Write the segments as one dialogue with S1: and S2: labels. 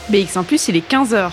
S1: BX1 +, il est 15h.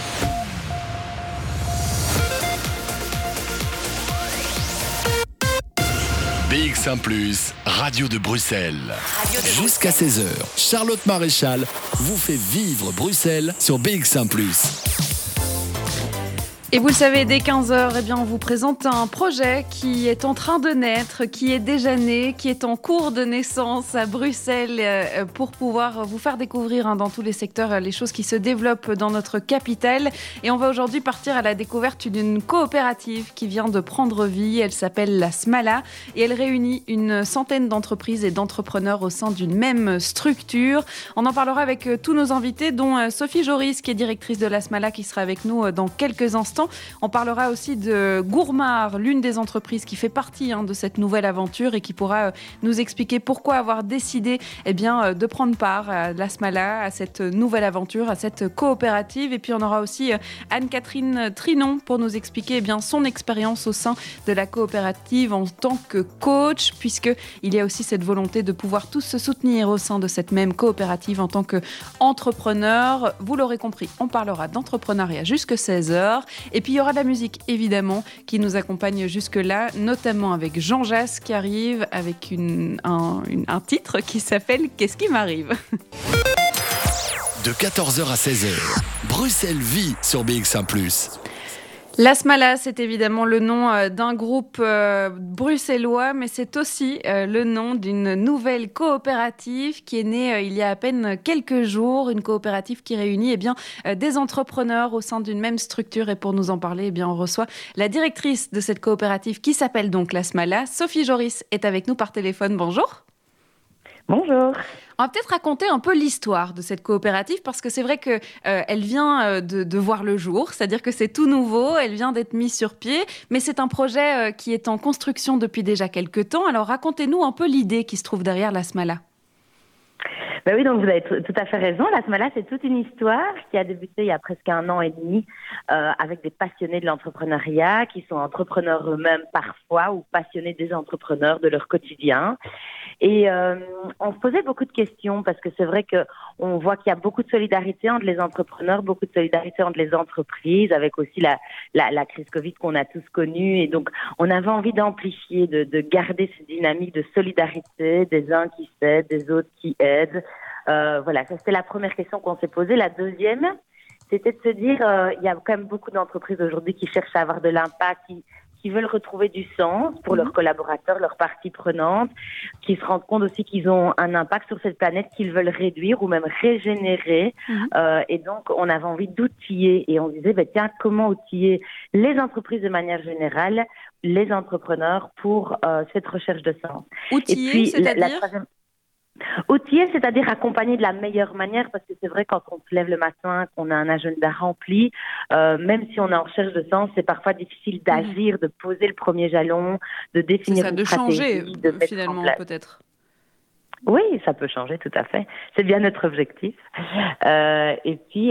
S2: BX1 +, Radio de Bruxelles. Jusqu'à 16h, Charlotte Maréchal vous fait vivre Bruxelles sur BX1 +.
S1: Et vous le savez, dès 15h, on vous présente un projet qui est en train de naître, qui est déjà né, qui est en cours de naissance à Bruxelles pour pouvoir vous faire découvrir dans tous les secteurs les choses qui se développent dans notre capitale. Et on va aujourd'hui partir à la découverte d'une coopérative qui vient de prendre vie. Elle s'appelle la Smala et elle réunit une centaine d'entreprises et d'entrepreneurs au sein d'une même structure. On en parlera avec tous nos invités, dont Sophie Joris, qui est directrice de la Smala, qui sera avec nous dans quelques instants. On parlera aussi de Gourmard, l'une des entreprises qui fait partie de cette nouvelle aventure et qui pourra nous expliquer pourquoi avoir décidé de prendre part à la Smala, à cette nouvelle aventure, à cette coopérative. Et puis on aura aussi Anne-Catherine Trinon pour nous expliquer son expérience au sein de la coopérative en tant que coach, puisqu'il y a aussi cette volonté de pouvoir tous se soutenir au sein de cette même coopérative en tant qu'entrepreneur. Vous l'aurez compris, on parlera d'entrepreneuriat jusqu'à 16h. Et puis il y aura de la musique, évidemment, qui nous accompagne jusque-là, notamment avec Jean Jass qui arrive avec un titre qui s'appelle « Qu'est-ce qui m'arrive ?»
S2: De 14h à 16h, Bruxelles vit sur BX1 +.
S1: La Smala, c'est évidemment le nom d'un groupe bruxellois, mais c'est aussi le nom d'une nouvelle coopérative qui est née il y a à peine quelques jours, une coopérative qui réunit des entrepreneurs au sein d'une même structure. Et pour nous en parler, on reçoit la directrice de cette coopérative qui s'appelle donc la Smala. Sophie Joris est avec nous par téléphone. Bonjour.
S3: Bonjour.
S1: On va peut-être raconter un peu l'histoire de cette coopérative parce que c'est vrai qu'elle vient de voir le jour, c'est-à-dire que c'est tout nouveau, elle vient d'être mise sur pied, mais c'est un projet qui est en construction depuis déjà quelques temps. Alors racontez-nous un peu l'idée qui se trouve derrière la Smala.
S3: Ben oui, donc vous avez tout à fait raison. La Smala, c'est toute une histoire qui a débuté il y a presque 1 an et demi avec des passionnés de l'entrepreneuriat qui sont entrepreneurs eux-mêmes parfois ou passionnés des entrepreneurs de leur quotidien. Et on se posait beaucoup de questions parce que c'est vrai qu'on voit qu'il y a beaucoup de solidarité entre les entrepreneurs, beaucoup de solidarité entre les entreprises, avec aussi la crise Covid qu'on a tous connue. Et donc, on avait envie d'amplifier, de garder cette dynamique de solidarité, des uns qui s'aident, des autres qui aident. Voilà, ça c'était la première question qu'on s'est posée. La deuxième, c'était de se dire, il y a quand même beaucoup d'entreprises aujourd'hui qui cherchent à avoir de l'impact, qui veulent retrouver du sens pour leurs collaborateurs, leurs parties prenantes, qui se rendent compte aussi qu'ils ont un impact sur cette planète qu'ils veulent réduire ou même régénérer. Et donc, on avait envie d'outiller et on disait, tiens, comment outiller les entreprises de manière générale, les entrepreneurs pour cette recherche de sens.
S1: Outiller,
S3: et puis,
S1: c'est-à-dire
S3: outiller, c'est-à-dire accompagner de la meilleure manière, parce que c'est vrai, quand on se lève le matin, qu'on a un agenda rempli, même si on est en recherche de sens, c'est parfois difficile d'agir, de poser le premier jalon, de définir une stratégie,
S1: changer,
S3: de mettre
S1: finalement,
S3: en place.
S1: peut-être.
S3: Oui, ça peut changer, tout à fait. C'est bien notre objectif. Et puis,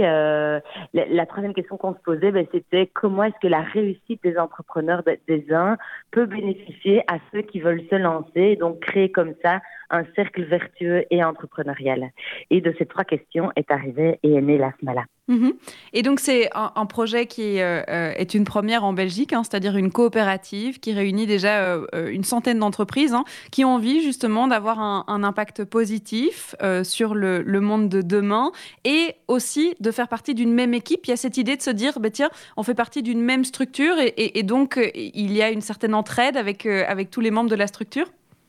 S3: la troisième question qu'on se posait, c'était comment est-ce que la réussite des entrepreneurs des uns peut bénéficier à ceux qui veulent se lancer, et donc créer comme ça un cercle vertueux et entrepreneurial. Et de ces 3 questions est arrivée et est née la Smala.
S1: Et donc c'est un projet qui est une première en Belgique, c'est-à-dire une coopérative qui réunit déjà une centaine d'entreprises qui ont envie justement d'avoir un impact positif sur le monde de demain et aussi de faire partie d'une même équipe. Il y a cette idée de se dire, tiens, on fait partie d'une même structure et donc il y a une certaine entraide avec tous les membres de la structure.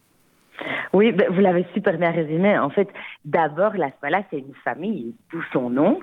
S3: Oui, vous l'avez super bien résumé. En fait, d'abord, la Smala, c'est une famille, d'où son nom,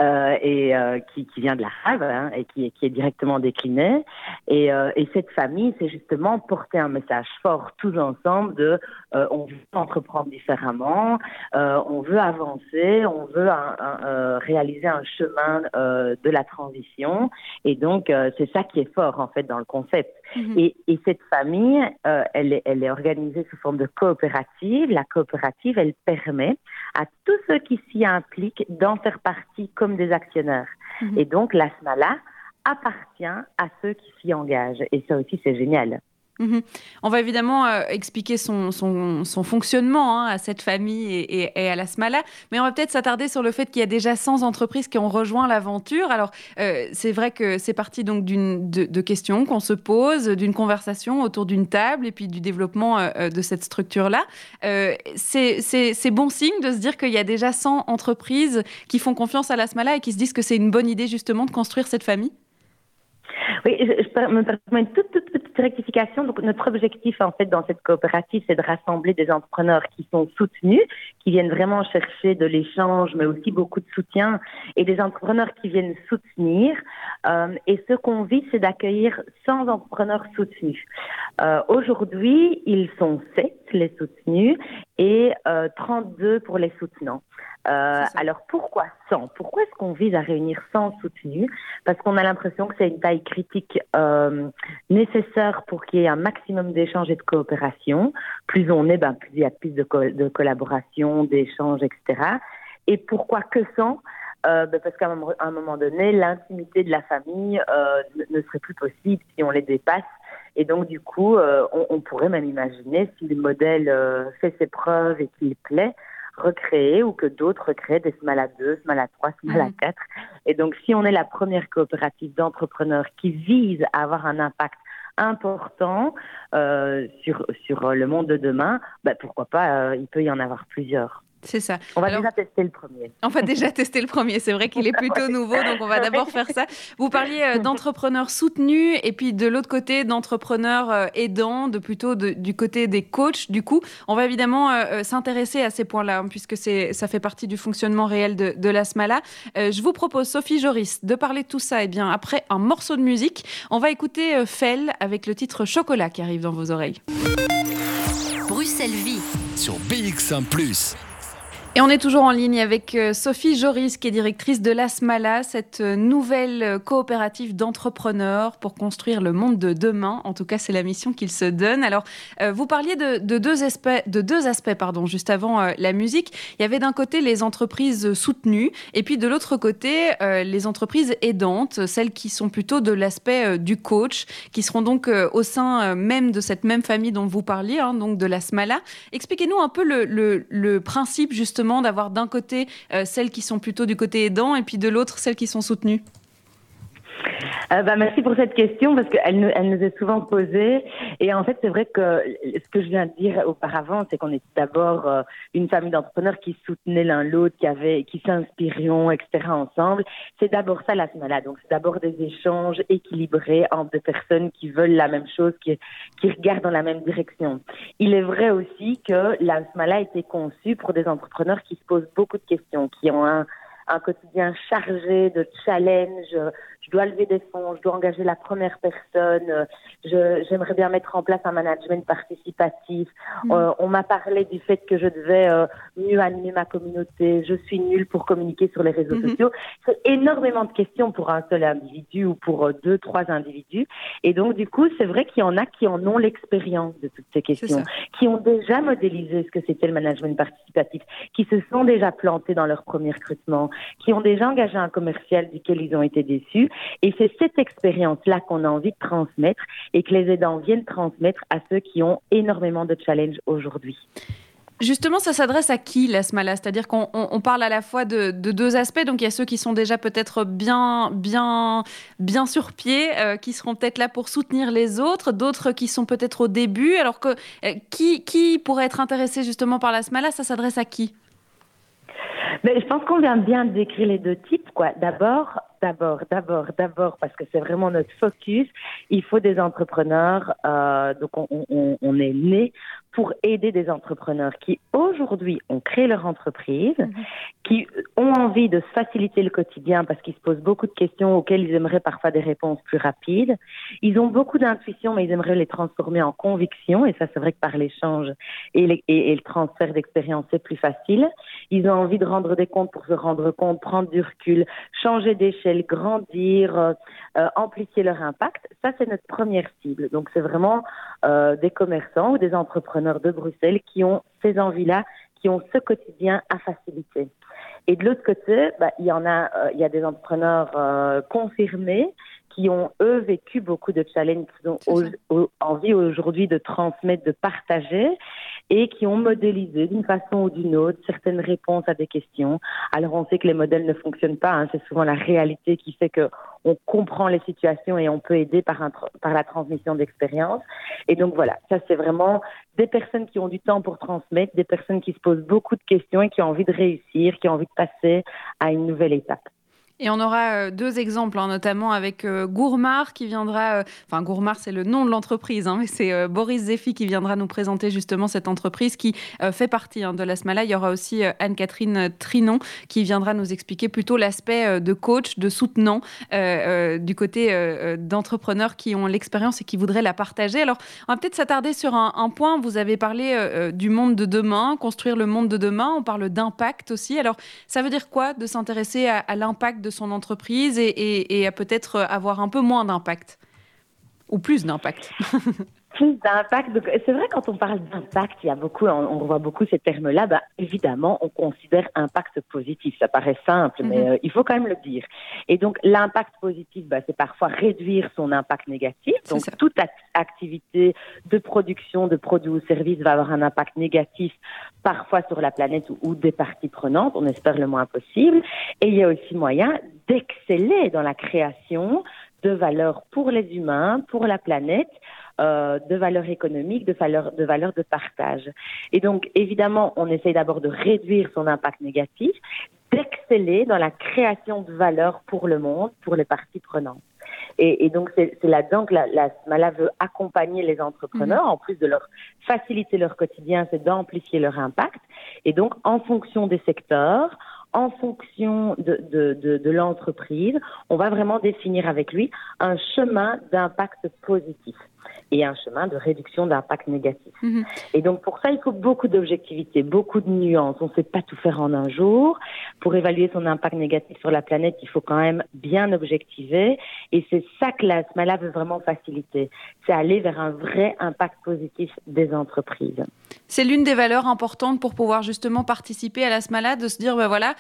S3: qui vient de l'arabe et qui est directement décliné. Et cette famille, c'est justement porter un message fort tous ensemble de on veut entreprendre différemment, on veut avancer, on veut réaliser un chemin de la transition. Et donc, c'est ça qui est fort, en fait, dans le concept. Et cette famille, elle est organisée sous forme de coopérative. La coopérative, elle permet à tous ceux qui s'y impliquent d'en faire partie comme des actionnaires. Et donc, la Smala appartient à ceux qui s'y engagent. Et ça aussi, c'est génial.
S1: Mhm. On va évidemment expliquer son fonctionnement à cette famille et à la Smala, mais on va peut-être s'attarder sur le fait qu'il y a déjà 100 entreprises qui ont rejoint l'aventure. Alors, c'est vrai que c'est parti donc de questions qu'on se pose, d'une conversation autour d'une table et puis du développement de cette structure-là. C'est bon signe de se dire qu'il y a déjà 100 entreprises qui font confiance à la Smala et qui se disent que c'est une bonne idée justement de construire cette famille.
S3: Oui, me permets une toute petite rectification. Donc, notre objectif, en fait, dans cette coopérative, c'est de rassembler des entrepreneurs qui sont soutenus, qui viennent vraiment chercher de l'échange, mais aussi beaucoup de soutien, et des entrepreneurs qui viennent soutenir. Et ce qu'on vit, c'est d'accueillir 100 entrepreneurs soutenus. Aujourd'hui, ils sont 7, les soutenus, et 32 pour les soutenants. Alors pourquoi 100 ? Pourquoi est-ce qu'on vise à réunir 100 soutenus ? Parce qu'on a l'impression que c'est une taille critique nécessaire pour qu'il y ait un maximum d'échanges et de coopération. Plus on est, plus il y a plus de collaboration, d'échanges, etc. Et pourquoi que 100 ? Parce qu'à un moment donné, l'intimité de la famille ne serait plus possible si on les dépasse. Et donc, du coup, on pourrait même imaginer, si le modèle fait ses preuves et qu'il plaît, recréer ou que d'autres recréent des Smala 2, Smala 3, Smala 4. Et donc, si on est la première coopérative d'entrepreneurs qui vise à avoir un impact important sur le monde de demain, pourquoi pas, il peut y en avoir plusieurs.
S1: C'est ça.
S3: On va déjà tester le premier.
S1: On va déjà tester le premier. C'est vrai qu'il est plutôt nouveau, donc on va d'abord faire ça. Vous parliez d'entrepreneurs soutenus et puis de l'autre côté d'entrepreneurs aidants, du côté des coachs. Du coup, on va évidemment s'intéresser à ces points-là, puisque ça fait partie du fonctionnement réel de la Smala. Je vous propose, Sophie Joris, de parler de tout ça. Et bien, après un morceau de musique, on va écouter Fel avec le titre Chocolat qui arrive dans vos oreilles.
S2: Bruxelles Vie sur BX1+.
S1: Et on est toujours en ligne avec Sophie Joris, qui est directrice de la Smala, cette nouvelle coopérative d'entrepreneurs pour construire le monde de demain. En tout cas, c'est la mission qu'ils se donnent. Alors, vous parliez de deux aspects, juste avant la musique. Il y avait d'un côté les entreprises soutenues et puis de l'autre côté, les entreprises aidantes, celles qui sont plutôt de l'aspect du coach, qui seront donc au sein même de cette même famille dont vous parliez, donc de la Smala. Expliquez-nous un peu le principe, justement, d'avoir d'un côté celles qui sont plutôt du côté aidant et puis de l'autre celles qui sont soutenues.
S3: Merci pour cette question parce qu'elle nous est souvent posée et en fait c'est vrai que ce que je viens de dire auparavant, c'est qu'on était d'abord une famille d'entrepreneurs qui soutenaient l'un l'autre, qui s'inspirions, etc. ensemble. C'est d'abord ça la Smala, donc c'est d'abord des échanges équilibrés entre deux personnes qui veulent la même chose, qui regardent dans la même direction. Il est vrai aussi que la Smala a été conçue pour des entrepreneurs qui se posent beaucoup de questions, qui ont un quotidien chargé de challenges. Je dois lever des fonds, je dois engager la première personne, j'aimerais bien mettre en place un management participatif. On m'a parlé du fait que je devais mieux animer ma communauté, je suis nulle pour communiquer sur les réseaux sociaux. C'est énormément de questions pour un seul individu ou pour 2, 3 individus. Et donc, du coup, c'est vrai qu'il y en a qui en ont l'expérience de toutes ces questions, qui ont déjà modélisé ce que c'était le management participatif, qui se sont déjà plantés dans leur premier recrutement, qui ont déjà engagé un commercial duquel ils ont été déçus. Et c'est cette expérience-là qu'on a envie de transmettre et que les aidants viennent transmettre à ceux qui ont énormément de challenges aujourd'hui.
S1: Justement, ça s'adresse à qui, la Smala ? C'est-à-dire qu'on parle à la fois de deux aspects. Donc, il y a ceux qui sont déjà peut-être bien sur pied, qui seront peut-être là pour soutenir les autres, d'autres qui sont peut-être au début. Alors que qui pourrait être intéressé justement par la Smala ? Ça s'adresse à qui ?
S3: Mais je pense qu'on vient bien de décrire les deux types, quoi. D'abord, parce que c'est vraiment notre focus. Il faut des entrepreneurs. Donc, on est né pour aider des entrepreneurs qui, aujourd'hui, ont créé leur entreprise, qui ont envie de se faciliter le quotidien parce qu'ils se posent beaucoup de questions auxquelles ils aimeraient parfois des réponses plus rapides. Ils ont beaucoup d'intuition, mais ils aimeraient les transformer en conviction. Et ça, c'est vrai que par l'échange et le transfert d'expérience, c'est plus facile. Ils ont envie de rendre des comptes pour se rendre compte, prendre du recul, changer d'échelle, grandir, amplifier leur impact. Ça, c'est notre première cible. Donc, c'est vraiment des commerçants ou des entrepreneurs de Bruxelles qui ont ces envies-là, qui ont ce quotidien à faciliter. Et de l'autre côté, il y a des entrepreneurs confirmés qui ont, eux, vécu beaucoup de challenges, qui ont envie aujourd'hui de transmettre, de partager, et qui ont modélisé d'une façon ou d'une autre certaines réponses à des questions. Alors, on sait que les modèles ne fonctionnent pas, hein, c'est souvent la réalité qui fait que on comprend les situations et on peut aider par la transmission d'expérience. Et donc voilà, ça c'est vraiment des personnes qui ont du temps pour transmettre, des personnes qui se posent beaucoup de questions et qui ont envie de réussir, qui ont envie de passer à une nouvelle étape.
S1: Et on aura deux exemples, notamment avec Gourmard qui viendra... Gourmard, c'est le nom de l'entreprise, mais c'est Boris Zeffy qui viendra nous présenter justement cette entreprise qui fait partie de la Smala. Il y aura aussi Anne-Catherine Trinon qui viendra nous expliquer plutôt l'aspect de coach, de soutenant du côté d'entrepreneurs qui ont l'expérience et qui voudraient la partager. Alors, on va peut-être s'attarder sur un point. Vous avez parlé du monde de demain, construire le monde de demain. On parle d'impact aussi. Alors, ça veut dire quoi de s'intéresser à l'impact de son entreprise et à peut-être avoir un peu moins d'impact ou plus d'impact?
S3: Plus d'impact. Donc, c'est vrai, quand on parle d'impact, il y a beaucoup, on revoit beaucoup ces termes-là. Évidemment, on considère impact positif. Ça paraît simple, mais il faut quand même le dire. Et donc, l'impact positif, c'est parfois réduire son impact négatif. Donc, toute activité de production de produits ou services va avoir un impact négatif, parfois sur la planète ou des parties prenantes. On espère le moins possible. Et il y a aussi moyen d'exceller dans la création de valeur pour les humains, pour la planète, de valeurs économiques, de valeurs de partage. Et donc, évidemment, on essaye d'abord de réduire son impact négatif, d'exceller dans la création de valeur pour le monde, pour les parties prenantes. Et donc, c'est là-dedans que la Smala veut accompagner les entrepreneurs, en plus de leur faciliter leur quotidien, c'est d'amplifier leur impact. Et donc, en fonction des secteurs, en fonction de l'entreprise, on va vraiment définir avec lui un chemin d'impact positif et un chemin de réduction d'impact négatif. Et donc, pour ça, il faut beaucoup d'objectivité, beaucoup de nuances. On ne sait pas tout faire en un jour. Pour évaluer son impact négatif sur la planète, il faut quand même bien objectiver. Et c'est ça que la Smala veut vraiment faciliter. C'est aller vers un vrai impact positif des entreprises.
S1: C'est l'une des valeurs importantes pour pouvoir justement participer à la Smala, de se dire,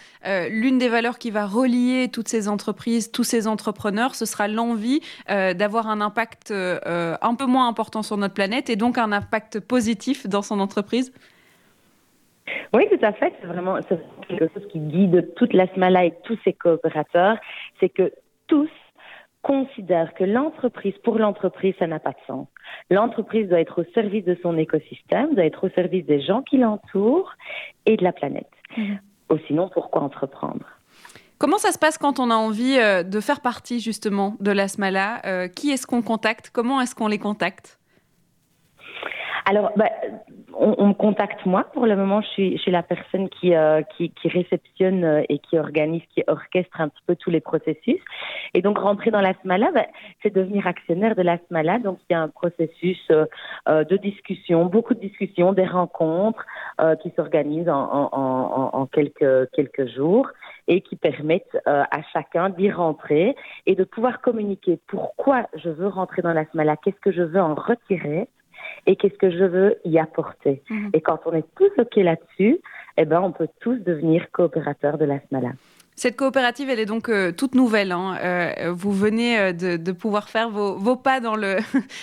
S1: l'une des valeurs qui va relier toutes ces entreprises, tous ces entrepreneurs, ce sera l'envie d'avoir un impact un peu moins important sur notre planète et donc un impact positif dans son entreprise.
S3: Oui, tout à fait. C'est vraiment quelque chose qui guide toute la Smala et tous ses coopérateurs. C'est que tous considèrent que pour l'entreprise, ça n'a pas de sens. L'entreprise doit être au service de son écosystème, doit être au service des gens qui l'entourent et de la planète. Sinon, pourquoi entreprendre ?
S1: Comment ça se passe quand on a envie de faire partie justement de la Smala ? Qui est-ce qu'on contacte ? Comment est-ce qu'on les contacte ?
S3: Alors, on me contacte moi. Pour le moment, je suis la personne qui réceptionne et qui organise, qui orchestre un petit peu tous les processus. Et donc, rentrer dans la Smala, c'est devenir actionnaire de la Smala. Donc, il y a un processus de discussion, beaucoup de discussions, des rencontres qui s'organisent en quelques jours et qui permettent à chacun d'y rentrer et de pouvoir communiquer pourquoi je veux rentrer dans la Smala, qu'est-ce que je veux en retirer et qu'est-ce que je veux y apporter. Et quand on est tous OK là-dessus, on peut tous devenir coopérateurs de la Smala.
S1: Cette coopérative, elle est donc toute nouvelle. Vous venez de pouvoir faire vos pas dans le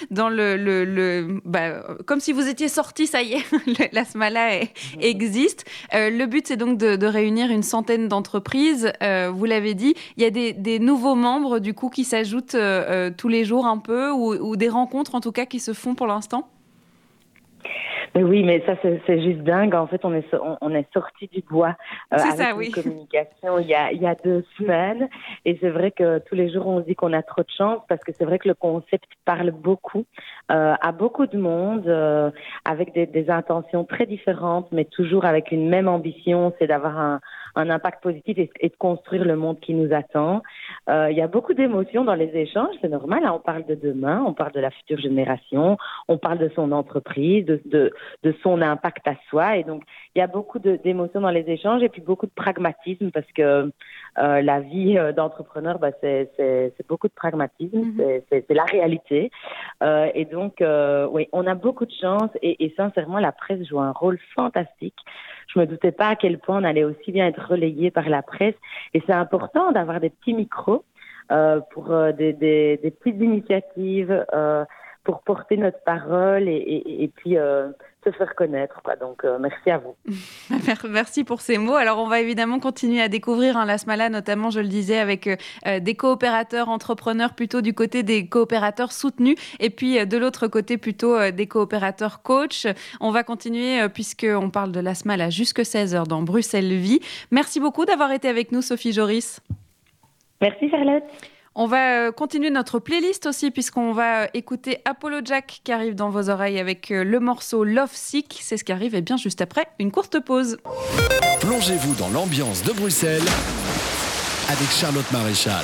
S1: comme si vous étiez sortis, ça y est, la Smala existe. Le but, c'est donc de réunir une centaine d'entreprises. Vous l'avez dit, il y a des nouveaux membres du coup qui s'ajoutent tous les jours un peu, ou des rencontres en tout cas qui se font pour l'instant.
S3: Oui, mais ça, c'est juste dingue. En fait, on est sorti du bois avec une communication il y a 2 semaines. Et c'est vrai que tous les jours, on se dit qu'on a trop de chance parce que c'est vrai que le concept parle beaucoup à beaucoup de monde avec des intentions très différentes, mais toujours avec une même ambition, c'est d'avoir un impact positif et de construire le monde qui nous attend. Il y a beaucoup d'émotions dans les échanges, c'est normal. On parle de demain, on parle de la future génération, on parle de son entreprise, de son impact à soi. Et donc, il y a beaucoup d'émotions dans les échanges et puis beaucoup de pragmatisme parce que la vie d'entrepreneur, c'est beaucoup de pragmatisme, c'est la réalité. Et donc, oui, on a beaucoup de chance et sincèrement, la presse joue un rôle fantastique. Je me doutais pas à quel point on allait aussi bien être relayé par la presse. Et c'est important d'avoir des petits micros pour des petites initiatives, pour porter notre parole et puis se faire connaître, quoi. Donc, merci à vous.
S1: Merci pour ces mots. Alors, on va évidemment continuer à découvrir la Smala, notamment, je le disais, avec des coopérateurs entrepreneurs plutôt du côté des coopérateurs soutenus et puis de l'autre côté plutôt des coopérateurs coach. On va continuer puisqu'on parle de la Smala jusque 16h dans Bruxelles Vie. Merci beaucoup d'avoir été avec nous, Sophie Joris.
S3: Merci, Charlotte.
S1: On va continuer notre playlist aussi puisqu'on va écouter Apollo Jack qui arrive dans vos oreilles avec le morceau Love Sick. C'est ce qui arrive bien juste après une courte pause.
S2: Plongez-vous dans l'ambiance de Bruxelles avec Charlotte Maréchal.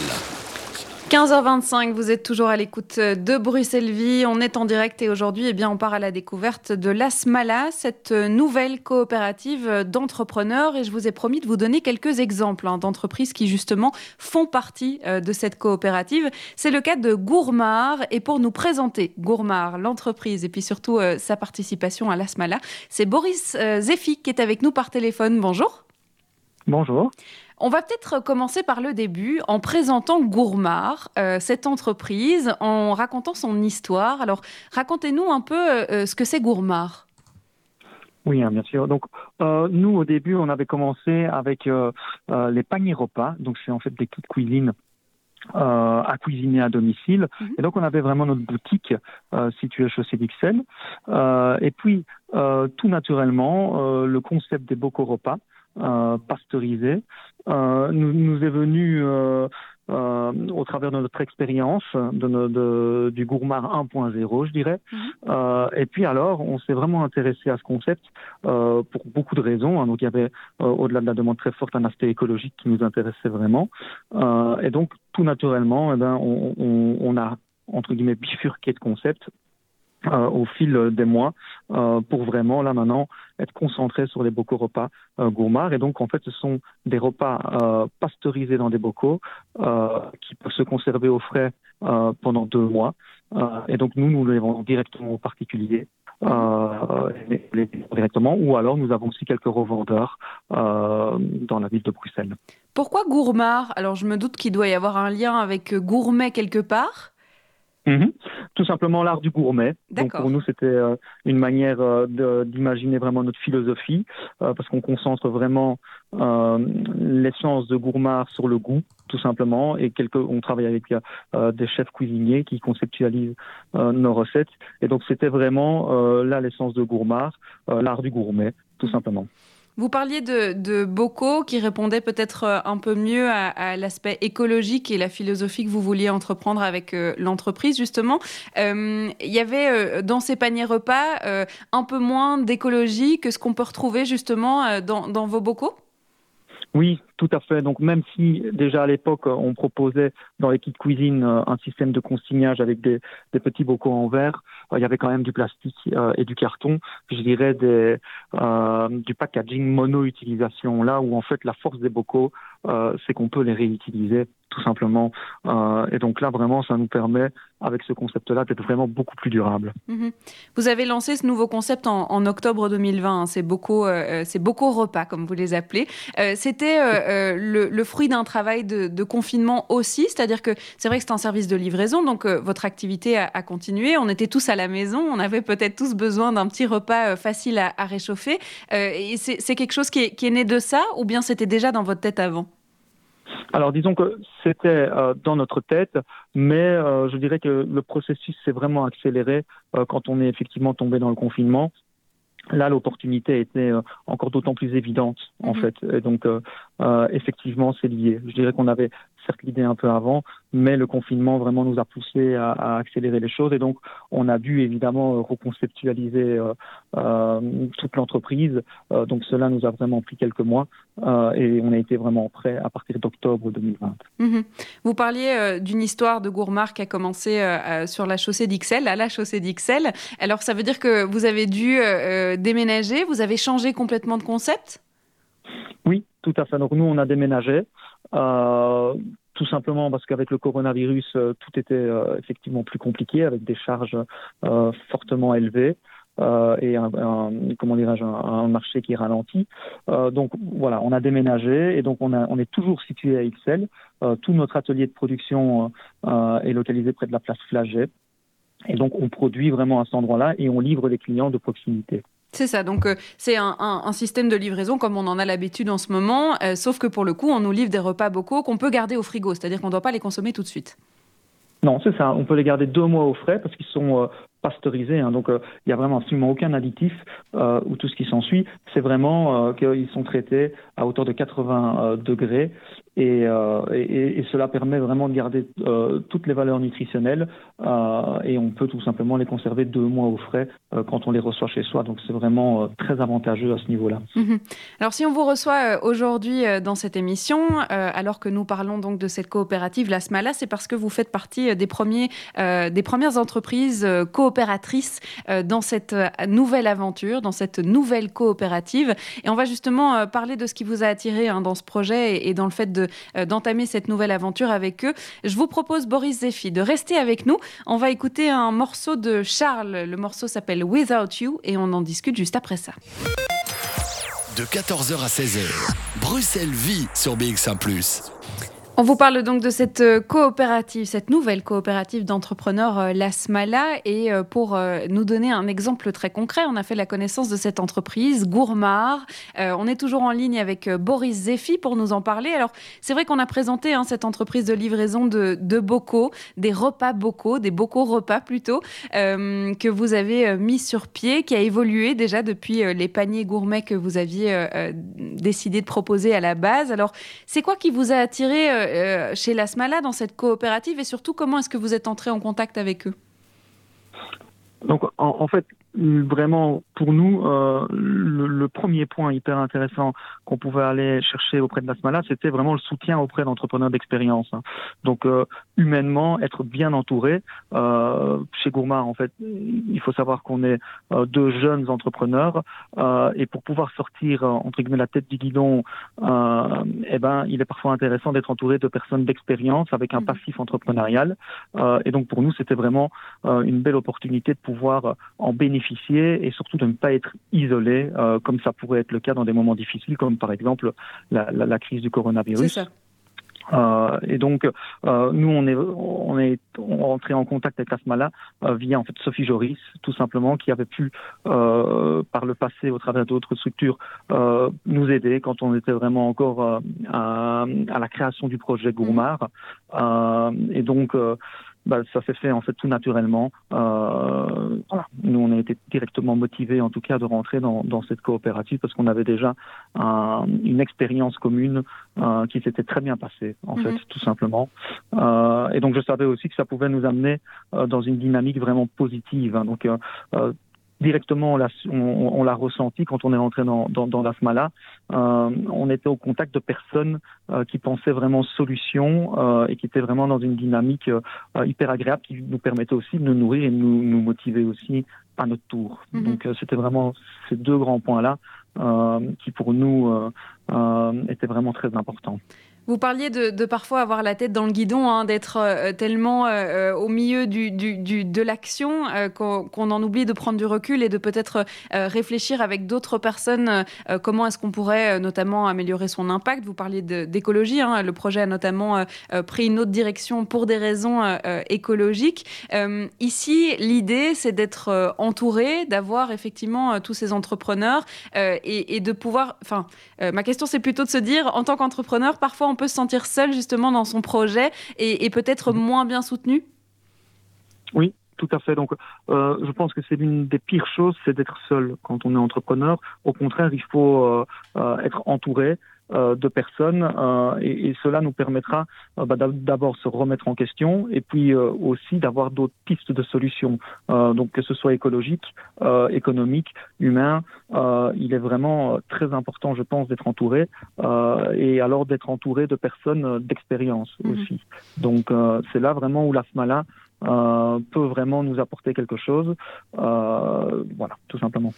S1: 15h25, vous êtes toujours à l'écoute de Bruxelles Vie. On est en direct et aujourd'hui, on part à la découverte de la Smala, cette nouvelle coopérative d'entrepreneurs. Et je vous ai promis de vous donner quelques exemples d'entreprises qui justement font partie de cette coopérative. C'est le cas de Gourmard. Et pour nous présenter Gourmard, l'entreprise et puis surtout sa participation à la Smala, c'est Boris Zeffi qui est avec nous par téléphone. Bonjour.
S4: Bonjour.
S1: On va peut-être commencer par le début en présentant Gourmard, cette entreprise, en racontant son histoire. Alors, racontez-nous un peu ce que c'est Gourmard.
S4: Oui, bien sûr. Donc, nous, au début, on avait commencé avec les paniers repas. Donc, c'est en fait des kits cuisine à cuisiner à domicile. Et donc, on avait vraiment notre boutique située chaussée d'Ixelles. Et puis, tout naturellement, le concept des bocaux repas pasteurisés nous est venu au travers de notre expérience du Gourmard 1.0, je dirais. Et puis alors, on s'est vraiment intéressé à ce concept pour beaucoup de raisons. Donc il y avait, au-delà de la demande très forte, un aspect écologique qui nous intéressait vraiment. Et donc, tout naturellement, on a, entre guillemets, bifurqué de concept au fil des mois pour vraiment, là maintenant, être concentré sur les bocaux repas Gourmard. Et donc, en fait, ce sont des repas pasteurisés dans des bocaux qui peuvent se conserver au frais pendant 2 mois. Et donc, nous les vendons directement aux particuliers. Directement, ou alors nous avons aussi quelques revendeurs dans la ville de Bruxelles.
S1: Pourquoi Gourmard ? Alors, je me doute qu'il doit y avoir un lien avec gourmet quelque part.
S4: Tout simplement l'art du gourmet.
S1: D'accord.
S4: Donc pour nous, c'était une manière d'imaginer vraiment notre philosophie, parce qu'on concentre vraiment l'essence de Gourmard sur le goût, tout simplement, et on travaille avec des chefs cuisiniers qui conceptualisent nos recettes. Et donc c'était vraiment là l'essence de Gourmard, l'art du gourmet, tout simplement.
S1: Vous parliez de bocaux qui répondaient peut-être un peu mieux à l'aspect écologique et la philosophie que vous vouliez entreprendre avec l'entreprise, justement. Il y avait dans ces paniers repas un peu moins d'écologie que ce qu'on peut retrouver justement dans vos bocaux ?
S4: Oui, tout à fait. Donc même si déjà à l'époque on proposait dans les kits cuisine un système de consignage avec des petits bocaux en verre, il y avait quand même du plastique et du carton, je dirais du packaging mono-utilisation, là où en fait la force des bocaux, c'est qu'on peut les réutiliser tout simplement. Et donc là vraiment ça nous permet avec ce concept-là d'être vraiment beaucoup plus durable.
S1: Vous avez lancé ce nouveau concept en octobre 2020, c'est bocaux repas comme vous les appelez. C'était le fruit d'un travail de confinement aussi, c'est-à-dire que c'est vrai que c'est un service de livraison, donc votre activité a continué, on était tous à la maison, on avait peut-être tous besoin d'un petit repas facile à réchauffer. Et c'est quelque chose qui est né de ça, ou bien c'était déjà dans votre tête avant ?
S4: Alors disons que c'était dans notre tête, mais je dirais que le processus s'est vraiment accéléré quand on est effectivement tombé dans le confinement. Là, l'opportunité était encore d'autant plus évidente, en fait. Et donc, effectivement, c'est lié. Je dirais qu'on avait certes l'idée un peu avant, mais le confinement vraiment nous a poussé à accélérer les choses. Et donc, on a dû évidemment reconceptualiser toute l'entreprise. Donc, cela nous a vraiment pris quelques mois et on a été vraiment prêt à partir d'octobre 2020.
S1: Vous parliez d'une histoire de Gourmard qui a commencé sur la chaussée d'Ixelles, à la chaussée d'Ixelles. Alors, ça veut dire que vous avez dû déménager, vous avez changé complètement de concept ?
S4: Oui, tout à fait. Donc, nous, on a déménagé. Tout simplement parce qu'avec le coronavirus, tout était effectivement plus compliqué, avec des charges fortement élevées. et un marché qui ralentit. Donc voilà, on a déménagé et donc on est toujours situé à Ixelles. Tout notre atelier de production est localisé près de la place Flaget. Et donc on produit vraiment à cet endroit-là et on livre les clients de proximité.
S1: C'est ça, donc c'est un système de livraison comme on en a l'habitude en ce moment, sauf que pour le coup, on nous livre des repas bocaux qu'on peut garder au frigo, c'est-à-dire qu'on ne doit pas les consommer tout de suite.
S4: Non, c'est ça. On peut les garder 2 mois au frais parce qu'ils sont pasteurisés. Donc, il n'y a vraiment absolument aucun additif ou tout ce qui s'ensuit. C'est vraiment qu'ils sont traités à hauteur de 80 degrés et cela permet vraiment de garder toutes les valeurs nutritionnelles et on peut tout simplement les conserver 2 mois au frais quand on les reçoit chez soi. Donc, c'est vraiment très avantageux à ce niveau-là.
S1: Mmh. Alors, si on vous reçoit aujourd'hui dans cette émission, alors que nous parlons donc de cette coopérative La Smala, c'est parce que vous faites partie des premières entreprises coopératrices dans cette nouvelle aventure, dans cette nouvelle coopérative. Et on va justement parler de ce qui vous a attiré dans ce projet et dans le fait d'entamer cette nouvelle aventure avec eux. Je vous propose, Boris Zeffy, de rester avec nous. On va écouter un morceau de Charles. Le morceau s'appelle Without You et on en discute juste après ça.
S2: De 14h à 16h, Bruxelles vit sur BX1+.
S1: On vous parle donc de cette coopérative, cette nouvelle coopérative d'entrepreneurs La Smala. Et pour nous donner un exemple très concret, on a fait la connaissance de cette entreprise, Gourmard. On est toujours en ligne avec Boris Zeffy pour nous en parler. Alors, c'est vrai qu'on a présenté cette entreprise de livraison de bocaux, des repas bocaux, des bocaux repas plutôt, que vous avez mis sur pied, qui a évolué déjà depuis les paniers gourmets que vous aviez décidé de proposer à la base. Alors, c'est quoi qui vous a attiré chez La Smala dans cette coopérative et surtout comment est-ce que vous êtes entré en contact avec eux?
S4: Donc en fait, vraiment pour nous, le premier point hyper intéressant qu'on pouvait aller chercher auprès de La Smala, c'était vraiment le soutien auprès d'entrepreneurs d'expérience. Donc humainement, être bien entouré. Chez Gourmard, en fait, il faut savoir qu'on est 2 jeunes entrepreneurs et pour pouvoir sortir entre guillemets la tête du guidon, il est parfois intéressant d'être entouré de personnes d'expérience avec un passif entrepreneurial. Et donc pour nous, c'était vraiment une belle opportunité de pouvoir en bénéficier et surtout de ne pas être isolé, comme ça pourrait être le cas dans des moments difficiles, comme par exemple la crise du coronavirus.
S1: C'est ça.
S4: Et donc, nous, on est entré en contact avec La Smala via en fait Sophie Joris, tout simplement, qui avait pu, par le passé, au travers d'autres structures, nous aider quand on était vraiment encore à la création du projet Gourmard. Et donc, ça s'est fait en fait tout naturellement. Voilà. Nous, on a été directement motivés, en tout cas, de rentrer dans cette coopérative parce qu'on avait déjà une expérience commune qui s'était très bien passée, en fait, tout simplement. Et donc, je savais aussi que ça pouvait nous amener dans une dynamique vraiment positive. Donc, directement, on l'a ressenti quand on est rentré dans La Smala. On était au contact de personnes qui pensaient vraiment solutions et qui étaient vraiment dans une dynamique hyper agréable qui nous permettait aussi de nous nourrir et de nous motiver aussi à notre tour. Donc c'était vraiment ces 2 grands points-là qui pour nous étaient vraiment très importants.
S1: Vous parliez de parfois avoir la tête dans le guidon, d'être tellement au milieu de l'action qu'on en oublie de prendre du recul et de peut-être réfléchir avec d'autres personnes comment est-ce qu'on pourrait notamment améliorer son impact. Vous parliez d'écologie, le projet a notamment pris une autre direction pour des raisons écologiques. Ici, l'idée, c'est d'être entouré, d'avoir effectivement tous ces entrepreneurs et de pouvoir... ma question, c'est plutôt de se dire, en tant qu'entrepreneur, parfois on peut se sentir seul justement dans son projet et peut-être moins bien soutenu?
S4: Oui, tout à fait. Donc, je pense que c'est l'une des pires choses, c'est d'être seul quand on est entrepreneur. Au contraire, il faut être entouré de personnes et cela nous permettra d'abord se remettre en question et puis aussi d'avoir d'autres pistes de solutions. Donc que ce soit écologique, économique, humain, il est vraiment très important, je pense, d'être entouré et alors d'être entouré de personnes d'expérience aussi. Donc c'est là vraiment où La Smala peut vraiment nous apporter quelque chose. Voilà, tout simplement.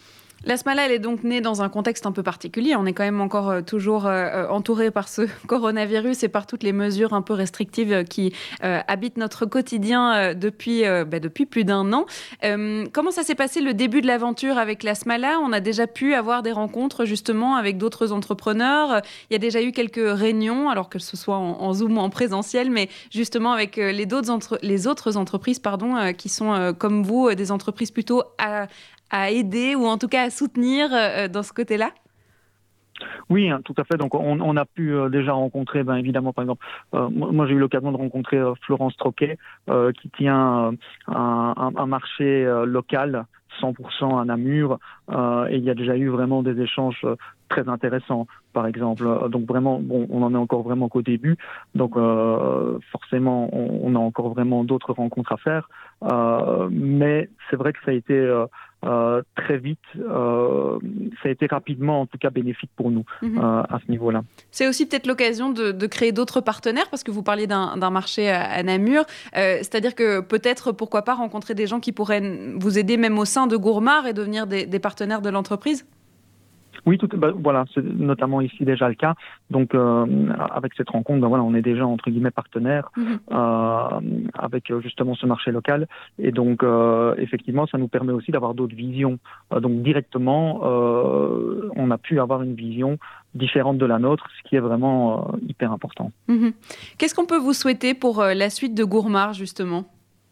S1: La Smala, elle est donc née dans un contexte un peu particulier. On est quand même encore toujours entouré par ce coronavirus et par toutes les mesures un peu restrictives qui habitent notre quotidien depuis plus d'un an. Comment ça s'est passé le début de l'aventure avec la Smala ? On a déjà pu avoir des rencontres justement avec d'autres entrepreneurs. Il y a déjà eu quelques réunions, alors que ce soit en Zoom ou en présentiel, mais justement avec les autres entreprises qui sont comme vous, des entreprises plutôt à aider ou en tout cas à soutenir dans ce côté-là ?
S4: Oui, hein, tout à fait. Donc, on a pu déjà rencontrer, évidemment, par exemple, moi j'ai eu l'occasion de rencontrer Florence Troquet, qui tient un marché local 100% à Namur, et il y a déjà eu vraiment des échanges très intéressants, par exemple. Donc vraiment, on en est encore vraiment qu'au début, donc forcément, on a encore vraiment d'autres rencontres à faire, mais c'est vrai que ça a été très vite, ça a été rapidement en tout cas bénéfique pour nous à ce niveau-là.
S1: C'est aussi peut-être l'occasion de créer d'autres partenaires, parce que vous parliez d'un marché à Namur, c'est-à-dire que peut-être, pourquoi pas, rencontrer des gens qui pourraient vous aider même au sein de Gourmart et devenir des partenaires de l'entreprise ?
S4: Oui, voilà, c'est notamment ici déjà le cas. Donc, avec cette rencontre, on est déjà entre guillemets partenaires avec justement ce marché local. Et donc, effectivement, ça nous permet aussi d'avoir d'autres visions. Donc, directement, on a pu avoir une vision différente de la nôtre, ce qui est vraiment hyper important.
S1: Qu'est-ce qu'on peut vous souhaiter pour la suite de Gourmart, justement ?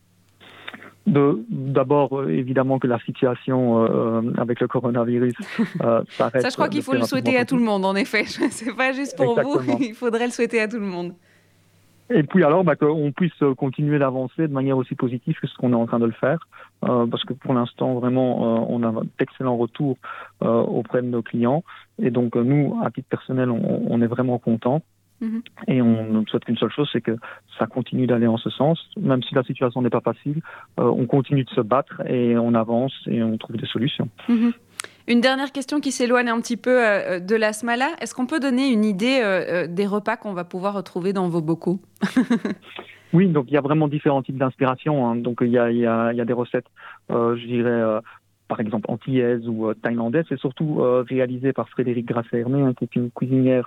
S4: D'abord, évidemment, que la situation avec le coronavirus s'arrête.
S1: Ça, je crois qu'il faut le souhaiter à tout le monde, en effet. C'est pas juste pour vous, il faudrait le souhaiter à tout le monde.
S4: Et puis alors, qu'on puisse continuer d'avancer de manière aussi positive que ce qu'on est en train de le faire, parce que pour l'instant, vraiment, on a d'excellents retours auprès de nos clients. Et donc, nous, à titre personnel, on est vraiment contents. Et on ne souhaite qu'une seule chose, c'est que ça continue d'aller en ce sens. Même si la situation n'est pas facile, on continue de se battre et on avance et on trouve des solutions.
S1: Une dernière question qui s'éloigne un petit peu de la Smala. Est-ce qu'on peut donner une idée des repas qu'on va pouvoir retrouver dans vos bocaux ?
S4: Oui, donc il y a vraiment différents types d'inspiration. Hein. Donc il y a des recettes, je dirais, par exemple antillaises ou thaïlandaises. C'est surtout réalisé par Frédéric Grasset-Hermé, qui est une cuisinière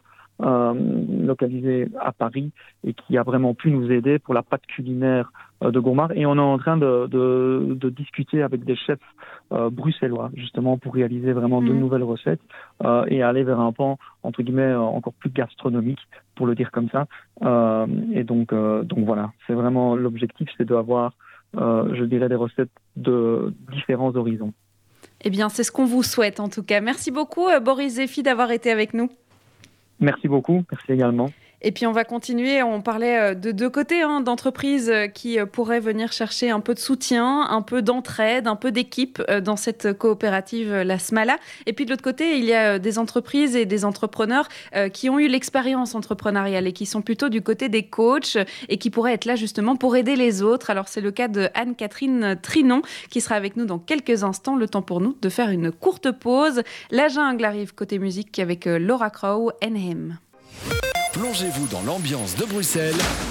S4: localisée à Paris et qui a vraiment pu nous aider pour la pâte culinaire de Gourmart. Et on est en train de discuter avec des chefs bruxellois, justement, pour réaliser vraiment de nouvelles recettes et aller vers un pan, entre guillemets, encore plus gastronomique, pour le dire comme ça. Et donc voilà, c'est vraiment l'objectif, c'est d'avoir, je dirais, des recettes de différents horizons.
S1: Eh bien, c'est ce qu'on vous souhaite, en tout cas. Merci beaucoup, Boris Zeffy, d'avoir été avec nous.
S4: Merci beaucoup, merci également.
S1: Et puis on va continuer, on parlait de deux côtés, d'entreprises qui pourraient venir chercher un peu de soutien, un peu d'entraide, un peu d'équipe dans cette coopérative La Smala. Et puis de l'autre côté, il y a des entreprises et des entrepreneurs qui ont eu l'expérience entrepreneuriale et qui sont plutôt du côté des coachs et qui pourraient être là justement pour aider les autres. Alors c'est le cas de Anne-Catherine Trinon qui sera avec nous dans quelques instants. Le temps pour nous de faire une courte pause. La jungle arrive côté musique avec Laura Crow and Him.
S2: Plongez-vous dans l'ambiance de Bruxelles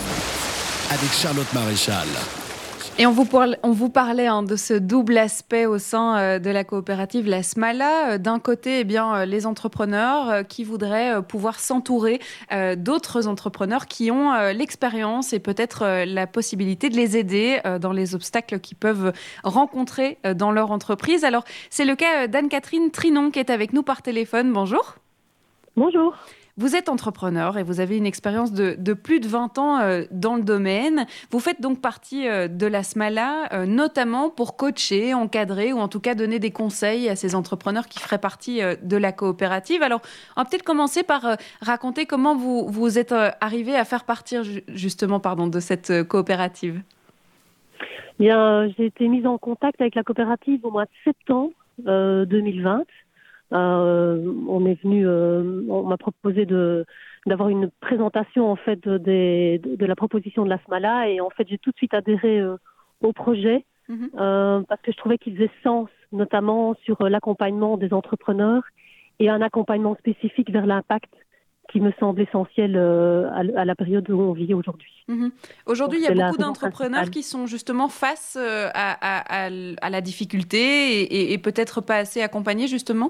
S2: avec Charlotte Maréchal.
S1: Et on vous parlait de ce double aspect au sein de la coopérative La Smala. D'un côté, les entrepreneurs qui voudraient pouvoir s'entourer d'autres entrepreneurs qui ont l'expérience et peut-être la possibilité de les aider dans les obstacles qu'ils peuvent rencontrer dans leur entreprise. Alors, c'est le cas d'Anne-Catherine Trinon qui est avec nous par téléphone. Bonjour.
S5: Bonjour.
S1: Vous êtes entrepreneur et vous avez une expérience de plus de 20 ans dans le domaine. Vous faites donc partie de la Smala, notamment pour coacher, encadrer ou en tout cas donner des conseils à ces entrepreneurs qui feraient partie de la coopérative. Alors, on va peut-être commencer par raconter comment vous êtes arrivé à faire partir justement de cette coopérative.
S5: Bien, j'ai été mise en contact avec la coopérative au mois de septembre 2020. On m'a proposé d'avoir une présentation en fait de la proposition de la Smala et en fait j'ai tout de suite adhéré au projet parce que je trouvais qu'il faisait sens, notamment sur l'accompagnement des entrepreneurs et un accompagnement spécifique vers l'impact qui me semble essentiel à la période où on vit aujourd'hui.
S1: Aujourd'hui, il y a beaucoup d'entrepreneurs qui sont justement face à la difficulté et peut-être pas assez accompagnés justement.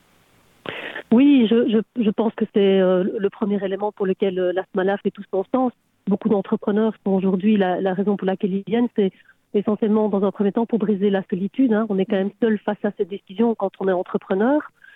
S5: Oui, je pense que c'est le premier élément pour lequel la SMALA fait tout son sens. Beaucoup d'entrepreneurs sont aujourd'hui, la raison pour laquelle ils viennent, c'est essentiellement dans un premier temps pour briser la solitude. On est quand même seul face à ces décisions quand on est entrepreneur.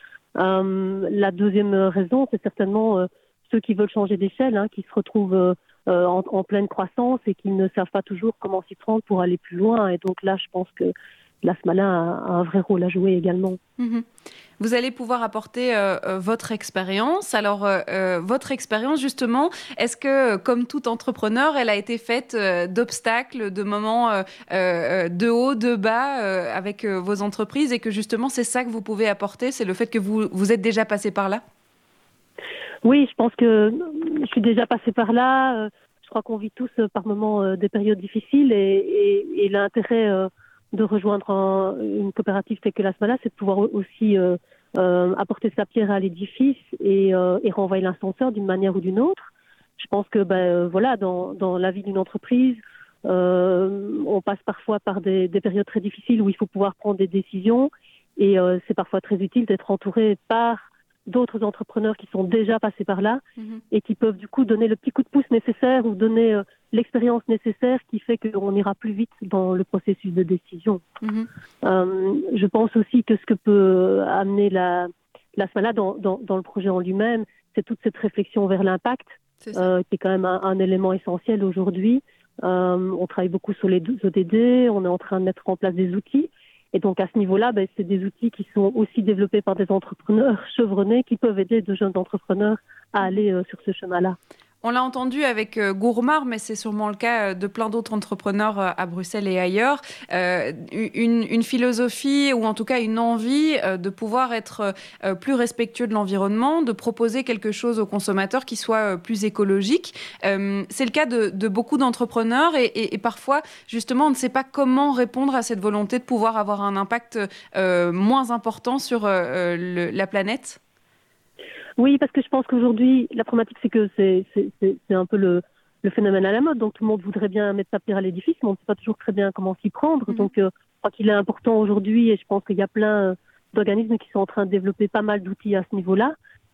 S5: La deuxième raison, c'est certainement ceux qui veulent changer d'échelle, qui se retrouvent en pleine croissance et qui ne savent pas toujours comment s'y prendre pour aller plus loin. Et donc là, je pense que la SMALA a un vrai rôle à jouer également.
S1: Vous allez pouvoir apporter votre expérience. Alors, votre expérience, justement, est-ce que, comme tout entrepreneur, elle a été faite d'obstacles, de moments de haut, de bas avec vos entreprises et que, justement, c'est ça que vous pouvez apporter, c'est le fait que vous êtes déjà passé par là?
S5: Oui, je pense que je suis déjà passée par là. Je crois qu'on vit tous par moments des périodes difficiles et l'intérêt de rejoindre une coopérative telle que la SMALA, c'est de pouvoir aussi apporter sa pierre à l'édifice et renvoyer l'ascenseur d'une manière ou d'une autre. Je pense que dans la vie d'une entreprise, on passe parfois par des périodes très difficiles où il faut pouvoir prendre des décisions et c'est parfois très utile d'être entouré par d'autres entrepreneurs qui sont déjà passés par là et qui peuvent du coup donner le petit coup de pouce nécessaire ou donner l'expérience nécessaire qui fait qu'on ira plus vite dans le processus de décision. Je pense aussi que ce que peut amener la SMALA dans le projet en lui-même, c'est toute cette réflexion vers l'impact, qui est quand même un élément essentiel aujourd'hui. On travaille beaucoup sur les ODD, on est en train de mettre en place des outils. Et donc, à ce niveau-là, c'est des outils qui sont aussi développés par des entrepreneurs chevronnés qui peuvent aider de jeunes entrepreneurs à aller sur ce chemin-là.
S1: On l'a entendu avec Gourmard, mais c'est sûrement le cas de plein d'autres entrepreneurs à Bruxelles et ailleurs. Une philosophie ou en tout cas une envie de pouvoir être plus respectueux de l'environnement, de proposer quelque chose aux consommateurs qui soit plus écologique. C'est le cas de beaucoup d'entrepreneurs et parfois, justement, on ne sait pas comment répondre à cette volonté de pouvoir avoir un impact moins important sur la planète.
S5: Oui, parce que je pense qu'aujourd'hui, la problématique, c'est que c'est un peu le phénomène à la mode. Donc, tout le monde voudrait bien mettre sa pierre à l'édifice, mais on ne sait pas toujours très bien comment s'y prendre. Donc, je crois qu'il est important aujourd'hui, et je pense qu'il y a plein d'organismes qui sont en train de développer pas mal d'outils à ce niveau-là.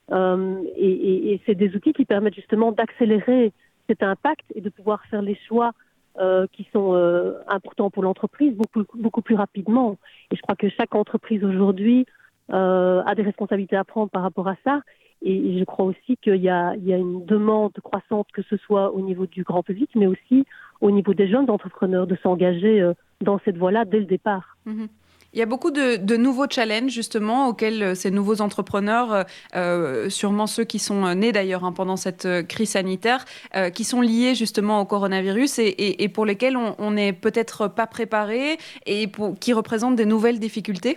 S5: Et c'est des outils qui permettent justement d'accélérer cet impact et de pouvoir faire les choix qui sont importants pour l'entreprise beaucoup plus rapidement. Et je crois que chaque entreprise aujourd'hui a des responsabilités à prendre par rapport à ça. Et je crois aussi qu'il y a une demande croissante, que ce soit au niveau du grand public, mais aussi au niveau des jeunes entrepreneurs, de s'engager dans cette voie-là dès le départ.
S1: Il y a beaucoup de nouveaux challenges, justement, auxquels ces nouveaux entrepreneurs, sûrement ceux qui sont nés d'ailleurs pendant cette crise sanitaire, qui sont liés justement au coronavirus et pour lesquels on n'est peut-être pas préparé et qui représentent des nouvelles difficultés.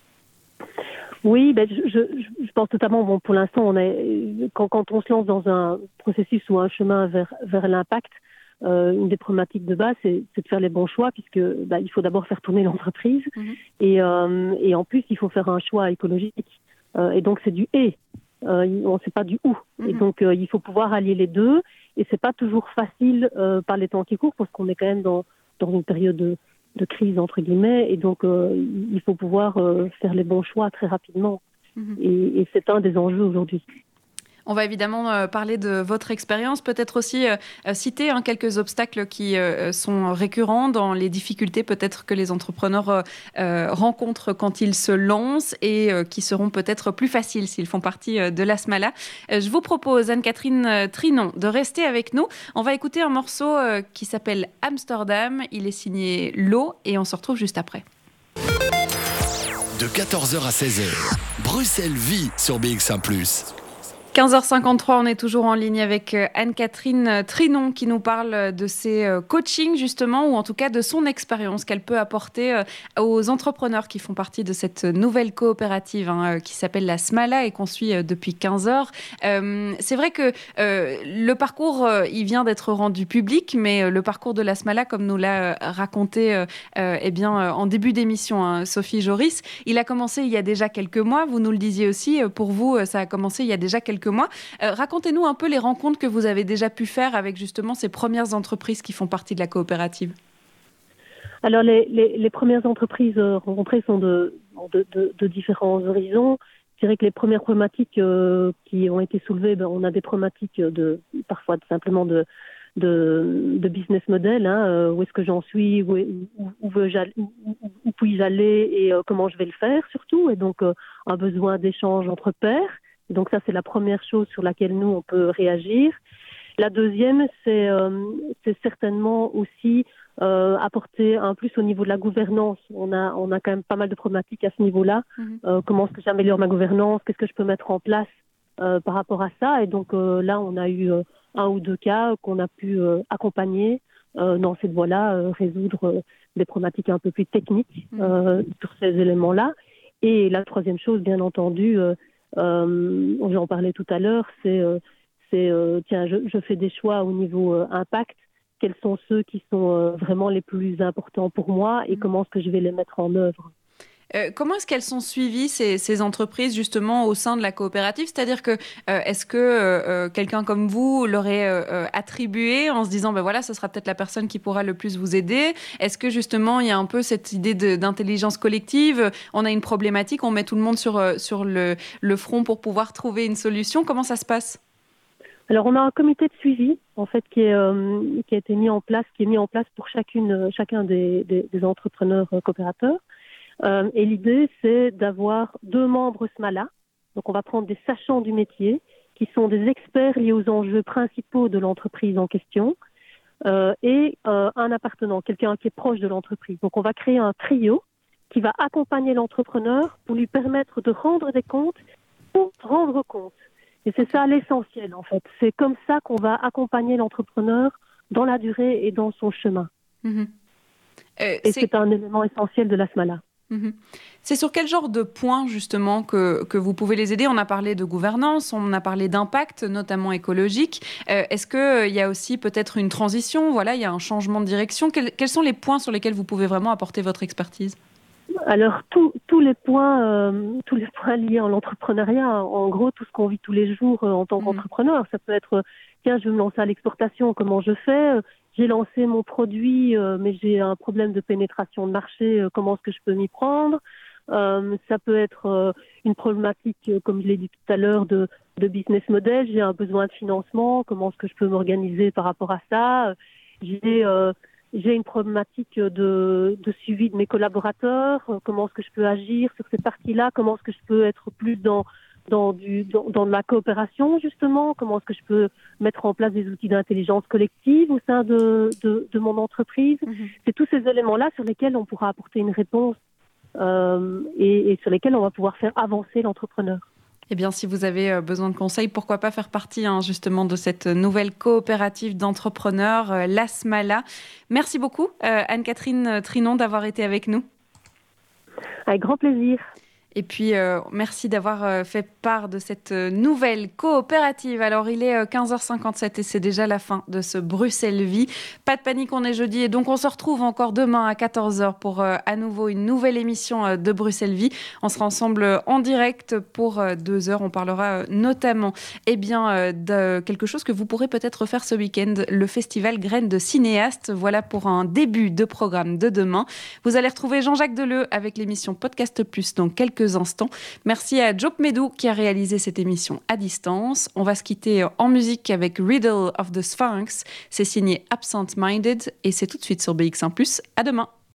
S5: Oui, je pense notamment, pour l'instant, quand on se lance dans un processus ou un chemin vers l'impact, une des problématiques de base, c'est de faire les bons choix, puisque il faut d'abord faire tourner l'entreprise, et en plus, il faut faire un choix écologique. Et donc, c'est du et, c'est pas du ou. Et donc, il faut pouvoir allier les deux, et c'est pas toujours facile par les temps qui courent, parce qu'on est quand même dans une période de crise, entre guillemets, et donc il faut pouvoir faire les bons choix très rapidement. Et c'est un des enjeux aujourd'hui.
S1: On va évidemment parler de votre expérience, peut-être aussi citer quelques obstacles qui sont récurrents dans les difficultés peut-être que les entrepreneurs rencontrent quand ils se lancent et qui seront peut-être plus faciles s'ils font partie de la SMALA. Je vous propose, Anne-Catherine Trinon, de rester avec nous. On va écouter un morceau qui s'appelle Amsterdam. Il est signé Lo et on se retrouve juste après.
S2: De 14h à 16h, Bruxelles vit sur BX1+.
S1: 15h53, on est toujours en ligne avec Anne-Catherine Trinon qui nous parle de ses coachings justement, ou en tout cas de son expérience qu'elle peut apporter aux entrepreneurs qui font partie de cette nouvelle coopérative qui s'appelle la SMALA et qu'on suit depuis 15h. C'est vrai que le parcours, il vient d'être rendu public, mais le parcours de la SMALA, comme nous l'a raconté en début d'émission Sophie Joris, il a commencé il y a déjà quelques mois. Vous nous le disiez aussi, pour vous, ça a commencé il y a déjà quelques quelques mois. Racontez-nous un peu les rencontres que vous avez déjà pu faire avec justement ces premières entreprises qui font partie de la coopérative.
S5: Alors, les premières entreprises rencontrées sont de différents horizons. Je dirais que les premières problématiques qui ont été soulevées, on a des problématiques parfois simplement de business model. Où est-ce que j'en suis, où puis-je aller et comment je vais le faire surtout. Et donc, un besoin d'échange entre pairs. Et donc, ça, c'est la première chose sur laquelle nous, on peut réagir. La deuxième, c'est certainement aussi apporter un plus au niveau de la gouvernance. On a quand même pas mal de problématiques à ce niveau-là. Comment est-ce que j'améliore ma gouvernance? Qu'est-ce que je peux mettre en place par rapport à ça? Et donc là, on a eu un ou deux cas qu'on a pu accompagner dans cette voie-là, résoudre des problématiques un peu plus techniques sur ces éléments-là. Et la troisième chose, bien entendu, j'en parlais tout à l'heure, tiens, je fais des choix au niveau impact. Quels sont ceux qui sont vraiment les plus importants pour moi et comment est-ce que je vais les mettre en œuvre?
S1: Comment est-ce qu'elles sont suivies, ces entreprises, justement, au sein de la coopérative? C'est-à-dire que, est-ce que quelqu'un comme vous l'aurait attribué en se disant, ben voilà, ce sera peut-être la personne qui pourra le plus vous aider? Est-ce que, justement, il y a un peu cette idée d'intelligence collective? On a une problématique, on met tout le monde sur le front pour pouvoir trouver une solution. Comment ça se passe?
S5: Alors, on a un comité de suivi, en fait, qui a été mis en place pour chacun des entrepreneurs coopérateurs. Et l'idée, c'est d'avoir 2 membres SMALA. Donc, on va prendre des sachants du métier, qui sont des experts liés aux enjeux principaux de l'entreprise en question, et un appartenant, quelqu'un qui est proche de l'entreprise. Donc, on va créer un trio qui va accompagner l'entrepreneur pour lui permettre de rendre des comptes ou rendre compte. Et c'est ça l'essentiel, en fait. C'est comme ça qu'on va accompagner l'entrepreneur dans la durée et dans son chemin. Et c'est un élément essentiel de la SMALA.
S1: C'est sur quel genre de points, justement, que vous pouvez les aider? On a parlé de gouvernance, on a parlé d'impact, notamment écologique. Est-ce qu'il y a aussi peut-être une transition? Voilà, il y a un changement de direction. Quels sont les points sur lesquels vous pouvez vraiment apporter votre expertise?
S5: Alors, tous les points liés à l'entrepreneuriat, en gros, tout ce qu'on vit tous les jours en tant qu'entrepreneur, ça peut être, tiens, je veux me lancer à l'exportation, comment je fais? J'ai lancé mon produit, mais j'ai un problème de pénétration de marché, comment est-ce que je peux m'y prendre? Ça peut être une problématique, comme je l'ai dit tout à l'heure, de business model. J'ai un besoin de financement, comment est-ce que je peux m'organiser par rapport à ça? J'ai une problématique de suivi de mes collaborateurs, comment est-ce que je peux agir sur ces parties-là, comment est-ce que je peux être plus dans la coopération, justement, comment est-ce que je peux mettre en place des outils d'intelligence collective au sein de mon entreprise. C'est tous ces éléments-là sur lesquels on pourra apporter une réponse et sur lesquels on va pouvoir faire avancer l'entrepreneur.
S1: Eh bien, si vous avez besoin de conseils, pourquoi pas faire partie justement de cette nouvelle coopérative d'entrepreneurs, la SMALA. Merci beaucoup, Anne-Catherine Trinon, d'avoir été avec nous.
S5: Avec grand plaisir.
S1: Et puis, merci d'avoir fait part de cette nouvelle coopérative. Alors, il est 15h57 et c'est déjà la fin de ce Bruxelles Vie. Pas de panique, on est jeudi et donc on se retrouve encore demain à 14h pour à nouveau une nouvelle émission de Bruxelles Vie. On sera ensemble en direct pour 2 heures. On parlera notamment de quelque chose que vous pourrez peut-être faire ce week-end, le festival Graines de cinéastes. Voilà pour un début de programme de demain. Vous allez retrouver Jean-Jacques Deleu avec l'émission Podcast Plus dans quelques instants. Merci à Job Medou qui a réalisé cette émission à distance. On va se quitter en musique avec Riddle of the Sphinx. C'est signé Absent Minded et c'est tout de suite sur BX1+. À demain.